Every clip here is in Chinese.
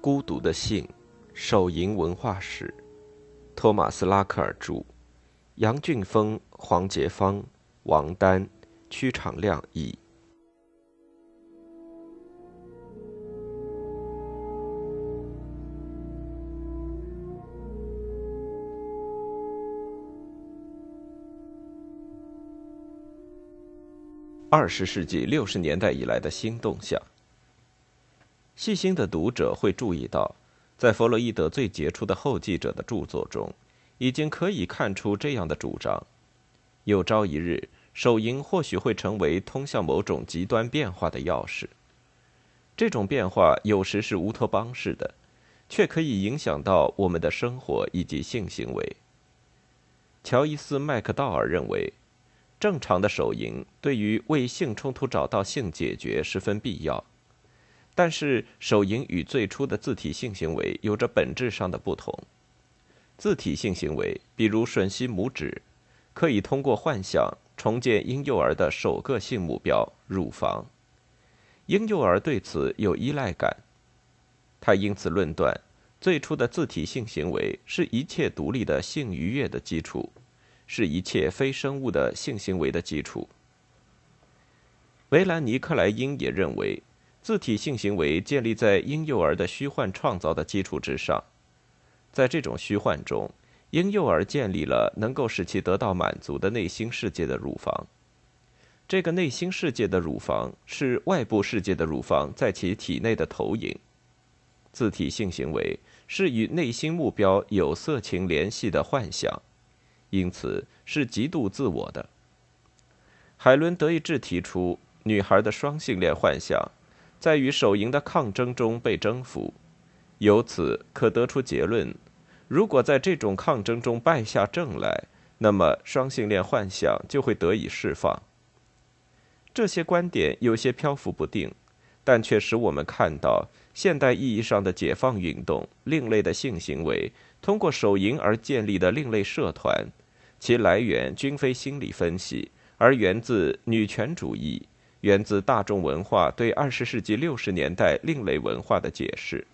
孤独的性，手淫文化史，托马斯·拉克尔著，杨俊峰、黄杰芳、王丹、屈长亮译。20世纪60年代以来的新动向。细心的读者会注意到，在弗洛伊德最杰出的后继者的著作中，已经可以看出这样的主张：有朝一日，手淫或许会成为通向某种极端变化的钥匙。这种变化有时是乌托邦式的，却可以影响到我们的生活以及性行为。乔伊斯·麦克道尔认为，正常的手淫对于为性冲突找到性解决十分必要，但是手淫与最初的自体性行为有着本质上的不同。自体性行为，比如吮吸拇指，可以通过幻想重建婴幼儿的首个性目标——乳房。婴幼儿对此有依赖感，他因此论断，最初的自体性行为是一切独立的性愉悦的基础，是一切非生物的性行为的基础。维兰尼克莱因也认为，自体性行为建立在婴幼儿的虚幻创造的基础之上，在这种虚幻中，婴幼儿建立了能够使其得到满足的内心世界的乳房。这个内心世界的乳房是外部世界的乳房在其体内的投影。自体性行为是与内心目标有色情联系的幻想，因此是极度自我的。海伦·德意志提出，女孩的双性恋幻想在与手淫的抗争中被征服，由此可得出结论：如果在这种抗争中败下阵来，那么双性恋幻想就会得以释放。这些观点有些漂浮不定，但却使我们看到现代意义上的解放运动、另类的性行为通过手淫而建立的另类社团，其来源均非心理分析，而源自女权主义，源自大众文化对20世纪60年代另类文化的解释。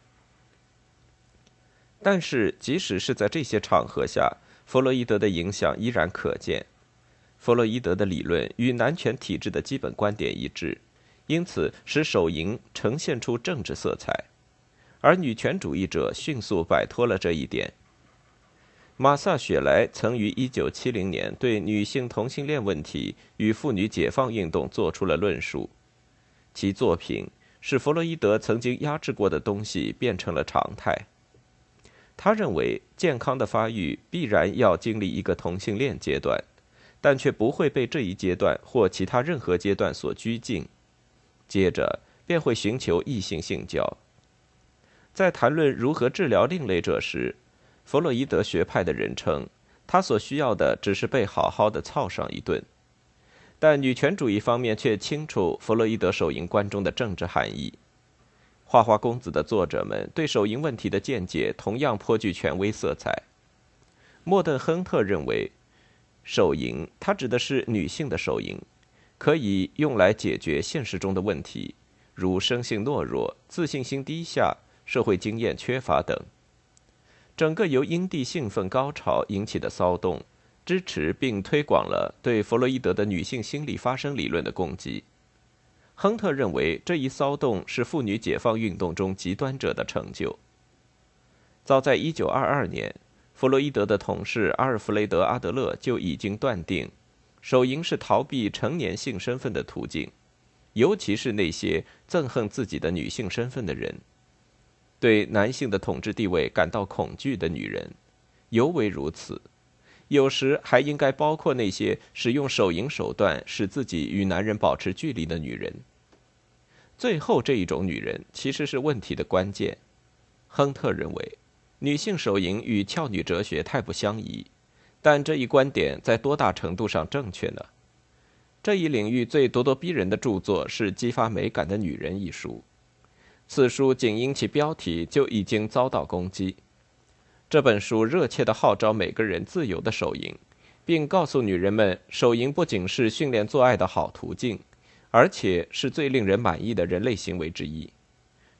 但是即使是在这些场合下，弗洛伊德的影响依然可见。弗洛伊德的理论与男权体制的基本观点一致，因此使手淫呈现出政治色彩，而女权主义者迅速摆脱了这一点。马萨·雪莱曾于1970年对女性同性恋问题与妇女解放运动做出了论述，其作品使弗洛伊德曾经压制过的东西变成了常态。他认为，健康的发育必然要经历一个同性恋阶段，但却不会被这一阶段或其他任何阶段所拘禁，接着便会寻求异性性交。在谈论如何治疗另类者时，弗洛伊德学派的人称，他所需要的只是被好好的操上一顿。但女权主义方面却清楚弗洛伊德手淫观中的政治含义。花花公子的作者们对手淫问题的见解同样颇具权威色彩。莫顿·亨特认为，手淫，它指的是女性的手淫，可以用来解决现实中的问题，如生性懦弱、自信心低下、社会经验缺乏等。整个由阴蒂兴奋高潮引起的骚动，支持并推广了对弗洛伊德的女性心理发生理论的攻击。亨特认为，这一骚动是妇女解放运动中极端者的成就。早在1922年，弗洛伊德的同事阿尔弗雷德·阿德勒就已经断定，手淫是逃避成年性身份的途径，尤其是那些憎恨自己的女性身份的人，对男性的统治地位感到恐惧的女人，尤为如此。有时还应该包括那些使用手淫手段使自己与男人保持距离的女人。最后这一种女人其实是问题的关键。亨特认为，女性手淫与俏女哲学太不相宜，但这一观点在多大程度上正确呢？这一领域最咄咄逼人的著作是《激发美感的女人》一书，此书仅因其标题就已经遭到攻击。这本书热切地号召每个人自由的手淫，并告诉女人们，手淫不仅是训练做爱的好途径，而且是最令人满意的人类行为之一。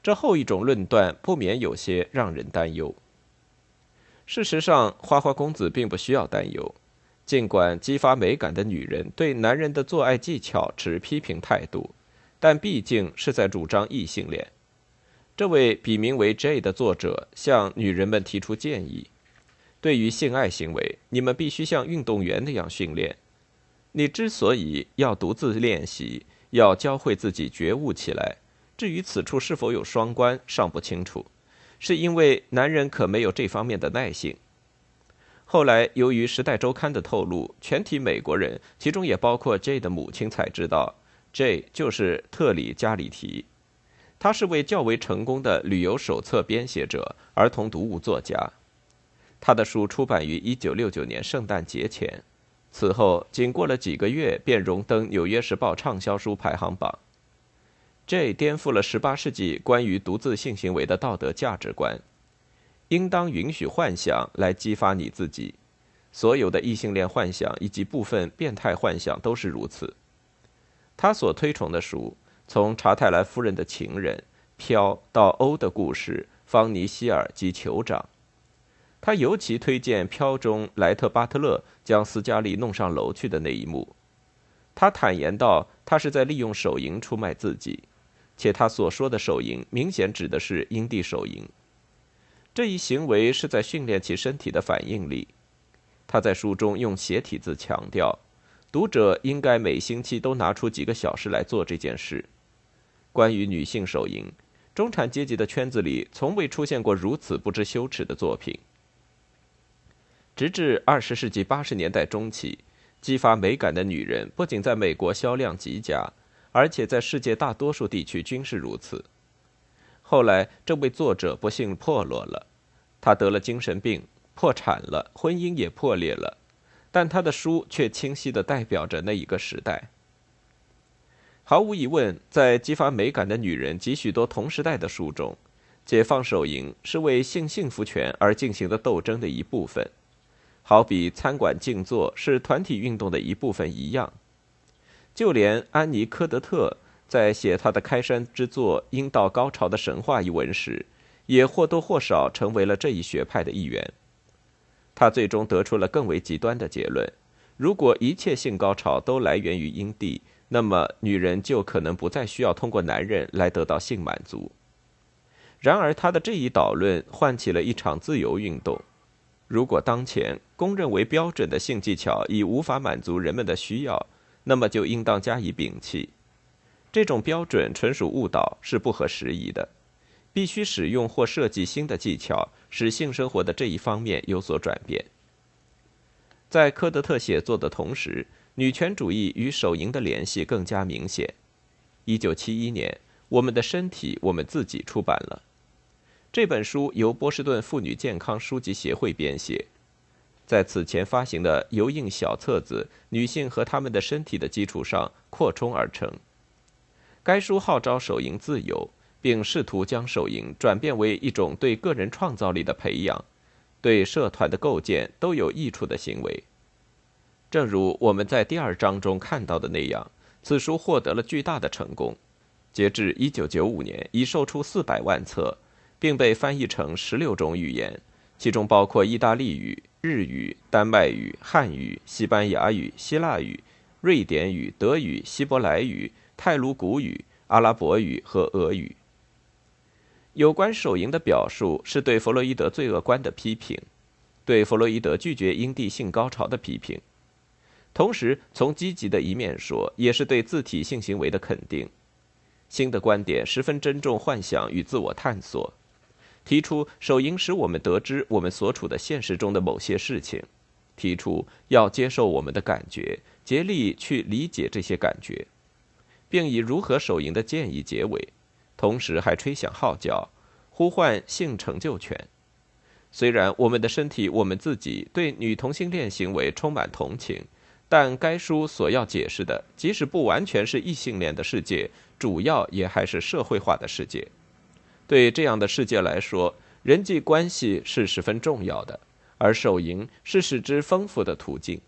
这后一种论断不免有些让人担忧。事实上，花花公子并不需要担忧。尽管激发美感的女人对男人的做爱技巧持批评态度，但毕竟是在主张异性恋。这位笔名为 J 的作者向女人们提出建议：对于性爱行为，你们必须像运动员那样训练。你之所以要独自练习，要教会自己觉悟起来，至于此处是否有双关，尚不清楚，是因为男人可没有这方面的耐性。后来，由于《时代周刊》的透露，全体美国人，其中也包括 J 的母亲，才知道 J 就是特里加里提。他是位较为成功的旅游手册编写者、儿童读物作家。他的书出版于1969年圣诞节前，此后仅过了几个月，便荣登《纽约时报》畅销书排行榜。J 颠覆了18世纪关于独自性行为的道德价值观。应当允许幻想来激发你自己，所有的异性恋幻想以及部分变态幻想都是如此。他所推崇的书，从查泰莱夫人的情人、飘到欧的故事、方尼希尔及酋长。他尤其推荐飘中莱特巴特勒将斯嘉丽弄上楼去的那一幕。他坦言道，他是在利用手淫出卖自己，且他所说的手淫明显指的是阴蒂手淫。这一行为是在训练其身体的反应力。他在书中用斜体字强调，读者应该每星期都拿出几个小时来做这件事。关于女性手淫，中产阶级的圈子里从未出现过如此不知羞耻的作品。直至20世纪80年代中期，激发美感的女人不仅在美国销量极佳，而且在世界大多数地区均是如此。后来，这位作者不幸破落了，他得了精神病，破产了，婚姻也破裂了，但他的书却清晰地代表着那一个时代。毫无疑问，在激发美感的女人及许多同时代的书中，解放手淫是为性幸福权而进行的斗争的一部分，好比餐馆静坐是团体运动的一部分一样。就连安妮·科德特在写他的开山之作《阴道高潮的神话》一文时，也或多或少成为了这一学派的一员。他最终得出了更为极端的结论：如果一切性高潮都来源于阴蒂，那么女人就可能不再需要通过男人来得到性满足。然而，他的这一导论唤起了一场自由运动。如果当前公认为标准的性技巧已无法满足人们的需要，那么就应当加以摒弃。这种标准纯属误导，是不合时宜的。必须使用或设计新的技巧，使性生活的这一方面有所转变。在科德特写作的同时，女权主义与手淫的联系更加明显。1971年，《我们的身体，我们自己》出版了。这本书由波士顿妇女健康书籍协会编写，在此前发行的油印小册子《女性和她们的身体》的基础上扩充而成。该书号召手淫自由，并试图将手淫转变为一种对个人创造力的培养、对社团的构建都有益处的行为。正如我们在第2章中看到的那样，此书获得了巨大的成功。截至1995年，已售出400万册，并被翻译成16种语言，其中包括意大利语、日语、丹麦语、汉语、西班牙语、希腊语、瑞典语、德语、希伯来语、泰卢古语、阿拉伯语和俄语。有关手淫的表述是对弗洛伊德罪恶观的批评，对弗洛伊德拒绝阴蒂性高潮的批评。同时，从积极的一面说，也是对自体性行为的肯定。新的观点十分珍重幻想与自我探索，提出手淫使我们得知我们所处的现实中的某些事情，提出要接受我们的感觉，竭力去理解这些感觉，并以如何手淫的建议结尾，同时还吹响号角，呼唤性成就权。虽然我们的身体，我们自己对女同性恋行为充满同情，但该书所要解释的，即使不完全是异性恋的世界，主要也还是社会化的世界。对这样的世界来说，人际关系是十分重要的，而手淫是使之丰富的途径。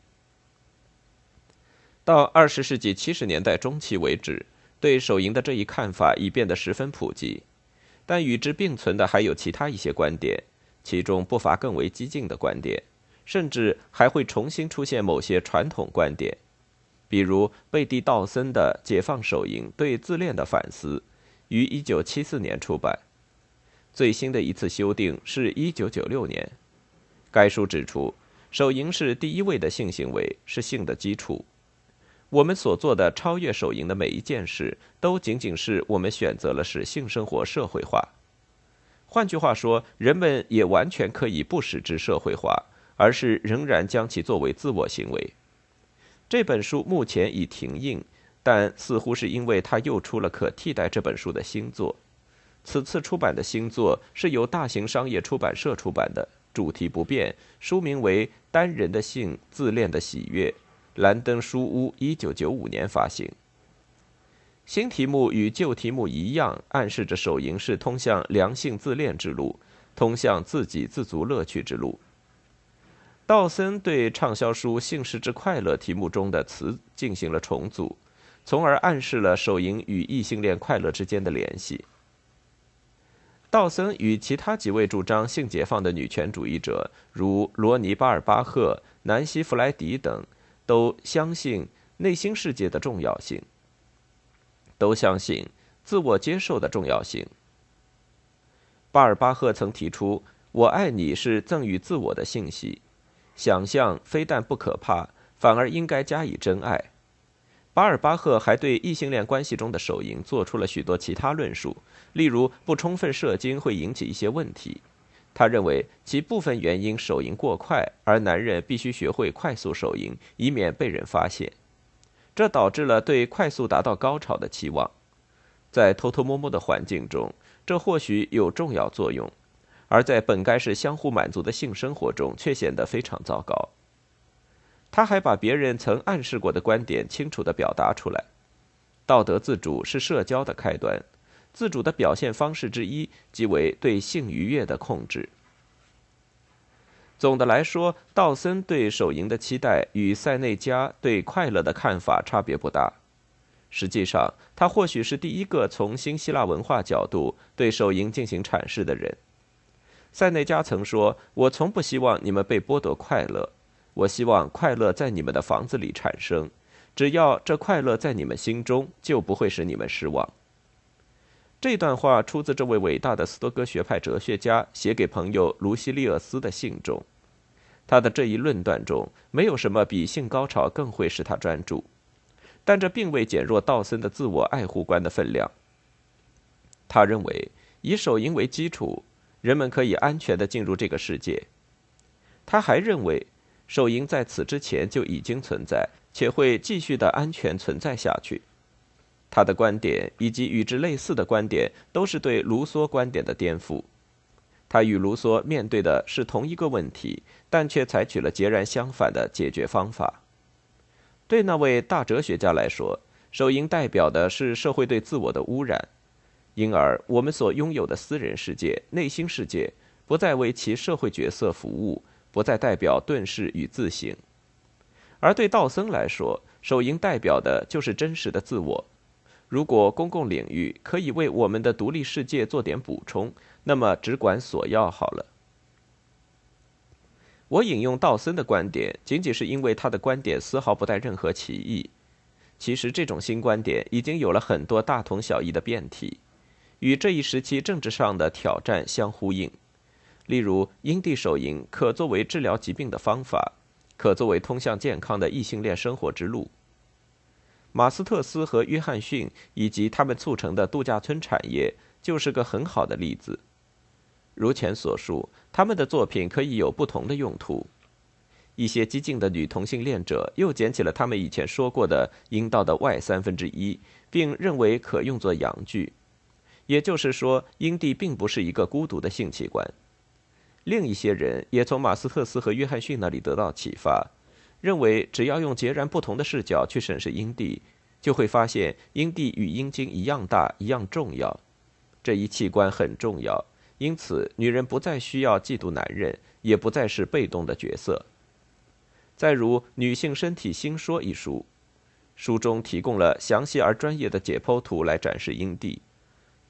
到20世纪70年代中期为止，对手淫的这一看法已变得十分普及， 但与之并存的还有其他一些观点，其中不乏更为激进的观点，甚至还会重新出现某些传统观点，比如贝蒂·道森的《解放手淫对自恋的反思》，于1974年出版。最新的一次修订是1996年。该书指出，手淫是第一位的性行为，是性的基础。我们所做的超越手淫的每一件事，都仅仅是我们选择了使性生活社会化。换句话说，人们也完全可以不使之社会化，而是仍然将其作为自我行为。这本书目前已停印，但似乎是因为它又出了可替代这本书的新作。此次出版的新作是由大型商业出版社出版的，主题不变，书名为《单人的性，自恋的喜悦》，兰登书屋1995年发行。新题目与旧题目一样，暗示着手淫是通向良性自恋之路，通向自给自足乐趣之路。道森对畅销书《性事之快乐》题目中的词进行了重组，从而暗示了手淫与异性恋快乐之间的联系。道森与其他几位主张性解放的女权主义者，如罗尼·巴尔巴赫、南希·弗莱迪等，都相信内心世界的重要性，都相信自我接受的重要性。巴尔巴赫曾提出“我爱你”是赠予自我的信息，想象非但不可怕，反而应该加以珍爱。巴尔巴赫还对异性恋关系中的手淫做出了许多其他论述，例如不充分射精会引起一些问题。他认为其部分原因手淫过快，而男人必须学会快速手淫，以免被人发现。这导致了对快速达到高潮的期望。在偷偷摸摸的环境中，这或许有重要作用，而在本该是相互满足的性生活中，却显得非常糟糕。他还把别人曾暗示过的观点清楚地表达出来：道德自主是社交的开端，自主的表现方式之一即为对性愉悦的控制。总的来说，道森对手淫的期待与塞内加对快乐的看法差别不大。实际上，他或许是第一个从新希腊文化角度对手淫进行阐释的人。塞内加曾说：“我从不希望你们被剥夺快乐。我希望快乐在你们的房子里产生，只要这快乐在你们心中，就不会使你们失望。”这段话出自这位伟大的斯多哥学派哲学家写给朋友卢西利厄斯的信中。他的这一论断中，没有什么比性高潮更会使他专注，但这并未减弱道森的自我爱护观的分量。他认为，以手淫为基础，人们可以安全地进入这个世界。他还认为，手淫在此之前就已经存在，且会继续的安全存在下去。他的观点以及与之类似的观点都是对卢梭观点的颠覆。他与卢梭面对的是同一个问题，但却采取了截然相反的解决方法。对那位大哲学家来说，手淫代表的是社会对自我的污染，因而我们所拥有的私人世界、内心世界不再为其社会角色服务，不再代表遁世与自省。而对道森来说，手淫代表的就是真实的自我。如果公共领域可以为我们的独立世界做点补充，那么只管索要好了。我引用道森的观点，仅仅是因为他的观点丝毫不带任何歧义。其实这种新观点已经有了很多大同小异的辩题，与这一时期政治上的挑战相呼应。例如，阴蒂手淫可作为治疗疾病的方法，可作为通向健康的异性恋生活之路。马斯特斯和约翰逊以及他们促成的度假村产业就是个很好的例子。如前所述，他们的作品可以有不同的用途。一些激进的女同性恋者又捡起了他们以前说过的阴道的1/3，并认为可用作阳具。也就是说，阴蒂并不是一个孤独的性器官。另一些人也从马斯特斯和约翰逊那里得到启发，认为只要用截然不同的视角去审视阴蒂，就会发现阴蒂与阴茎一样大，一样重要。这一器官很重要，因此女人不再需要嫉妒男人，也不再是被动的角色。再如《女性身体新说》一书，书中提供了详细而专业的解剖图来展示阴蒂。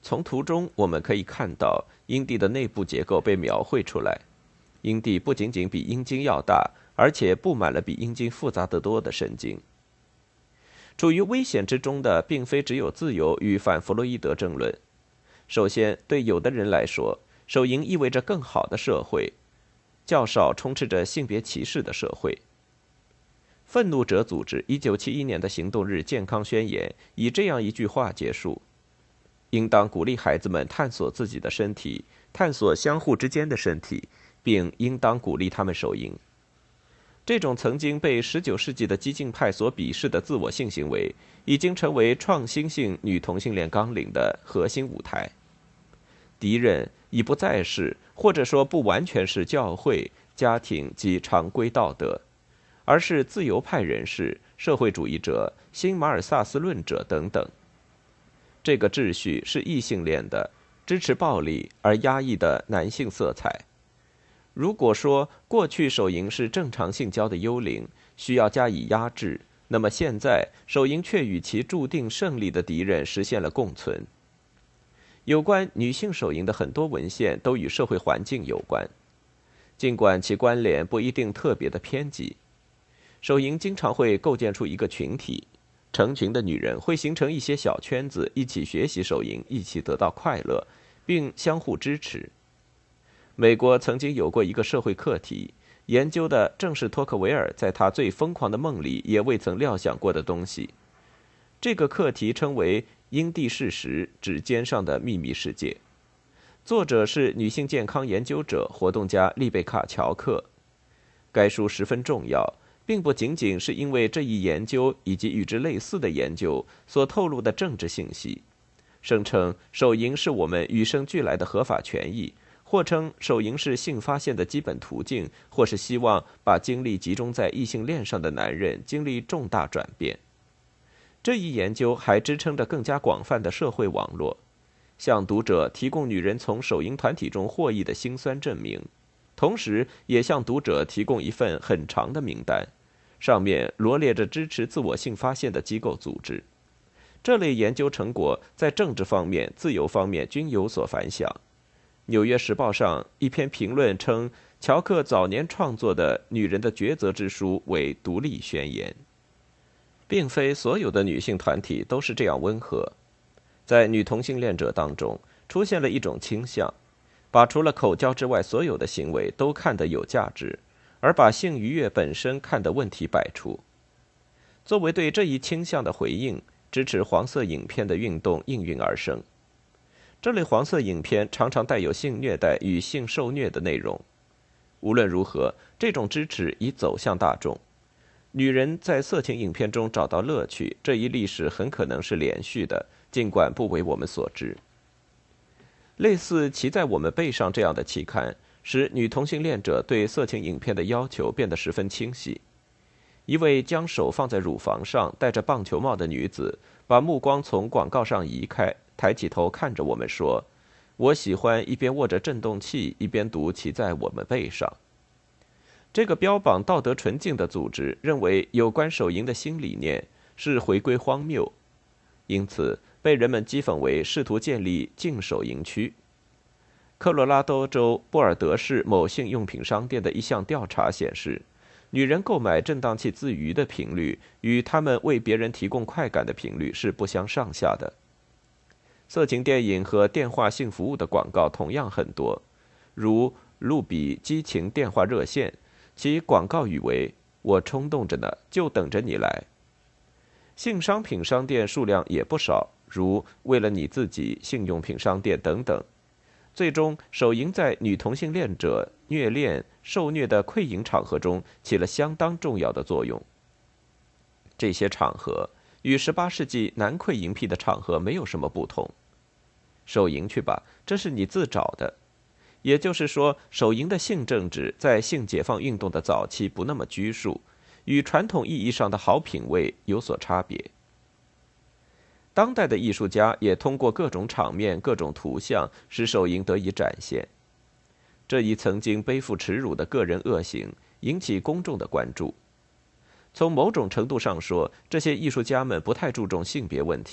从图中我们可以看到阴蒂的内部结构被描绘出来。阴蒂不仅仅比阴茎要大，而且布满了比阴茎复杂得多的神经。处于危险之中的并非只有自由与反弗洛伊德争论。首先，对有的人来说，手淫意味着更好的社会，较少充斥着性别歧视的社会。愤怒者组织1971年的行动日健康宣言以这样一句话结束：应当鼓励孩子们探索自己的身体，探索相互之间的身体，并应当鼓励他们手淫。这种曾经被19世纪的激进派所鄙视的自我性行为，已经成为创新性女同性恋纲领的核心舞台。敌人已不再是，或者说不完全是教会、家庭及常规道德，而是自由派人士、社会主义者、新马尔萨斯论者等等。这个秩序是异性恋的，支持暴力而压抑的男性色彩。如果说过去手淫是正常性交的幽灵，需要加以压制，那么现在手淫却与其注定胜利的敌人实现了共存。有关女性手淫的很多文献都与社会环境有关，尽管其关联不一定特别的偏激。手淫经常会构建出一个群体，成群的女人会形成一些小圈子，一起学习手淫，一起得到快乐，并相互支持。美国曾经有过一个社会课题，研究的正是托克维尔在他最疯狂的梦里也未曾料想过的东西。这个课题称为阴蒂事实：指尖上的秘密世界。作者是女性健康研究者、活动家丽贝卡·乔克。该书十分重要，并不仅仅是因为这一研究以及与之类似的研究所透露的政治信息，声称手淫是我们与生俱来的合法权益，或称手淫是性发现的基本途径，或是希望把精力集中在异性恋上的男人经历重大转变。这一研究还支撑着更加广泛的社会网络，向读者提供女人从手淫团体中获益的辛酸证明，同时也向读者提供一份很长的名单，上面罗列着支持自我性发现的机构组织。这类研究成果在政治方面、自由方面均有所反响。《纽约时报》上一篇评论称，乔克早年创作的《女人的抉择》之书为独立宣言。并非所有的女性团体都是这样温和。在女同性恋者当中，出现了一种倾向，把除了口交之外所有的行为都看得有价值，而把性愉悦本身看得问题百出。作为对这一倾向的回应，支持黄色影片的运动应运而生。这类黄色影片常常带有性虐待与性受虐的内容。无论如何，这种支持已走向大众。女人在色情影片中找到乐趣，这一历史很可能是连续的，尽管不为我们所知。类似骑在我们背上这样的期刊，使女同性恋者对色情影片的要求变得十分清晰。一位将手放在乳房上、戴着棒球帽的女子，把目光从广告上移开，抬起头看着我们说：“我喜欢一边握着振动器，一边读骑在我们背上。”这个标榜道德纯净的组织认为，有关手淫的新理念是回归荒谬，因此被人们讥讽为试图建立禁手淫区。科罗拉多州波尔德市某性用品商店的一项调查显示，女人购买振荡器自娱的频率与她们为别人提供快感的频率是不相上下的。色情电影和电话性服务的广告同样很多，如路比激情电话热线，其广告语为“我冲动着呢，就等着你来”。性商品商店数量也不少，如为了你自己性用品商店等等。最终，手淫在女同性恋者虐恋、受虐的溃淫场合中起了相当重要的作用。这些场合与18世纪男溃淫癖的场合没有什么不同。手淫去吧，这是你自找的。也就是说，手淫的性政治在性解放运动的早期不那么拘束，与传统意义上的好品味有所差别。当代的艺术家也通过各种场面、各种图像，使手淫得以展现。这一曾经背负耻辱的个人恶行，引起公众的关注。从某种程度上说，这些艺术家们不太注重性别问题，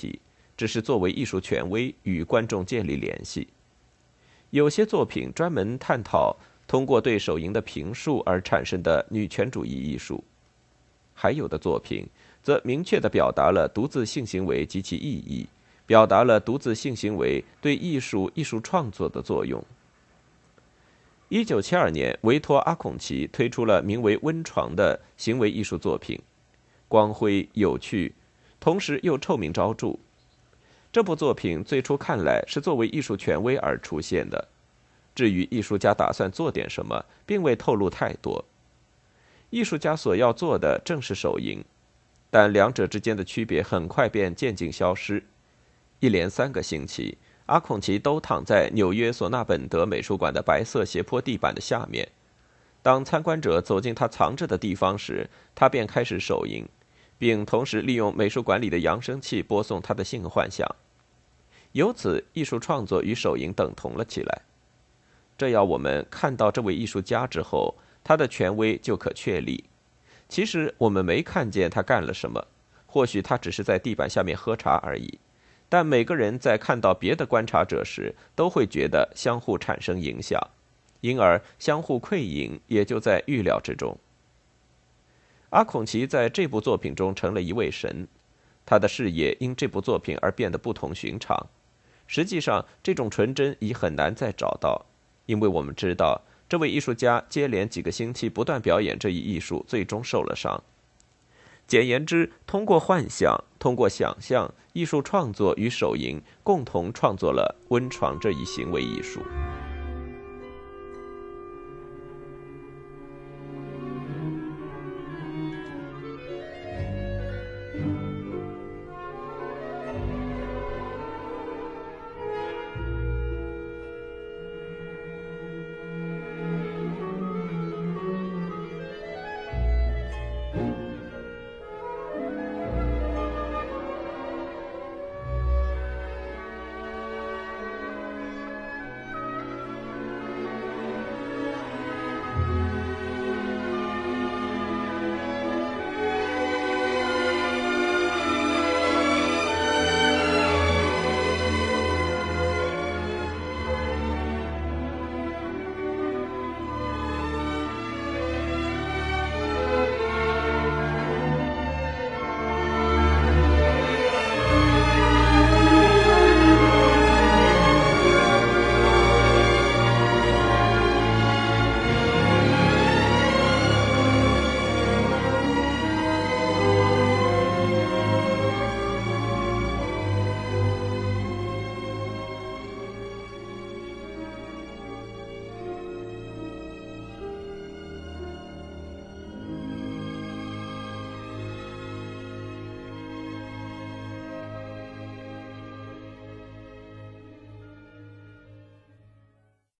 只是作为艺术权威与观众建立联系。有些作品专门探讨通过对手淫的评述而产生的女权主义艺术，还有的作品则明确地表达了独自性行为及其意义，表达了独自性行为对艺术创作的作用。1972年，维托·阿孔奇推出了名为《温床》的行为艺术作品，光辉有趣，同时又臭名昭著。这部作品最初看来是作为艺术权威而出现的，至于艺术家打算做点什么，并未透露太多。艺术家所要做的正是手淫，但两者之间的区别很快便渐进消失。一连3个星期，阿孔奇都躺在纽约索纳本德美术馆的白色斜坡地板的下面。当参观者走进他藏着的地方时，他便开始手淫，并同时利用美术馆里的扬声器播送他的性幻想。由此，艺术创作与手淫等同了起来。这要我们看到这位艺术家之后，他的权威就可确立。其实我们没看见他干了什么，或许他只是在地板下面喝茶而已。但每个人在看到别的观察者时，都会觉得相互产生影响，因而相互馈影也就在预料之中。阿孔奇在这部作品中成了一位神，他的事业因这部作品而变得不同寻常。实际上，这种纯真已很难再找到，因为我们知道，这位艺术家接连几个星期不断表演这一艺术，最终受了伤。简言之，通过幻想，通过想象，艺术创作与手淫共同创作了温床这一行为艺术。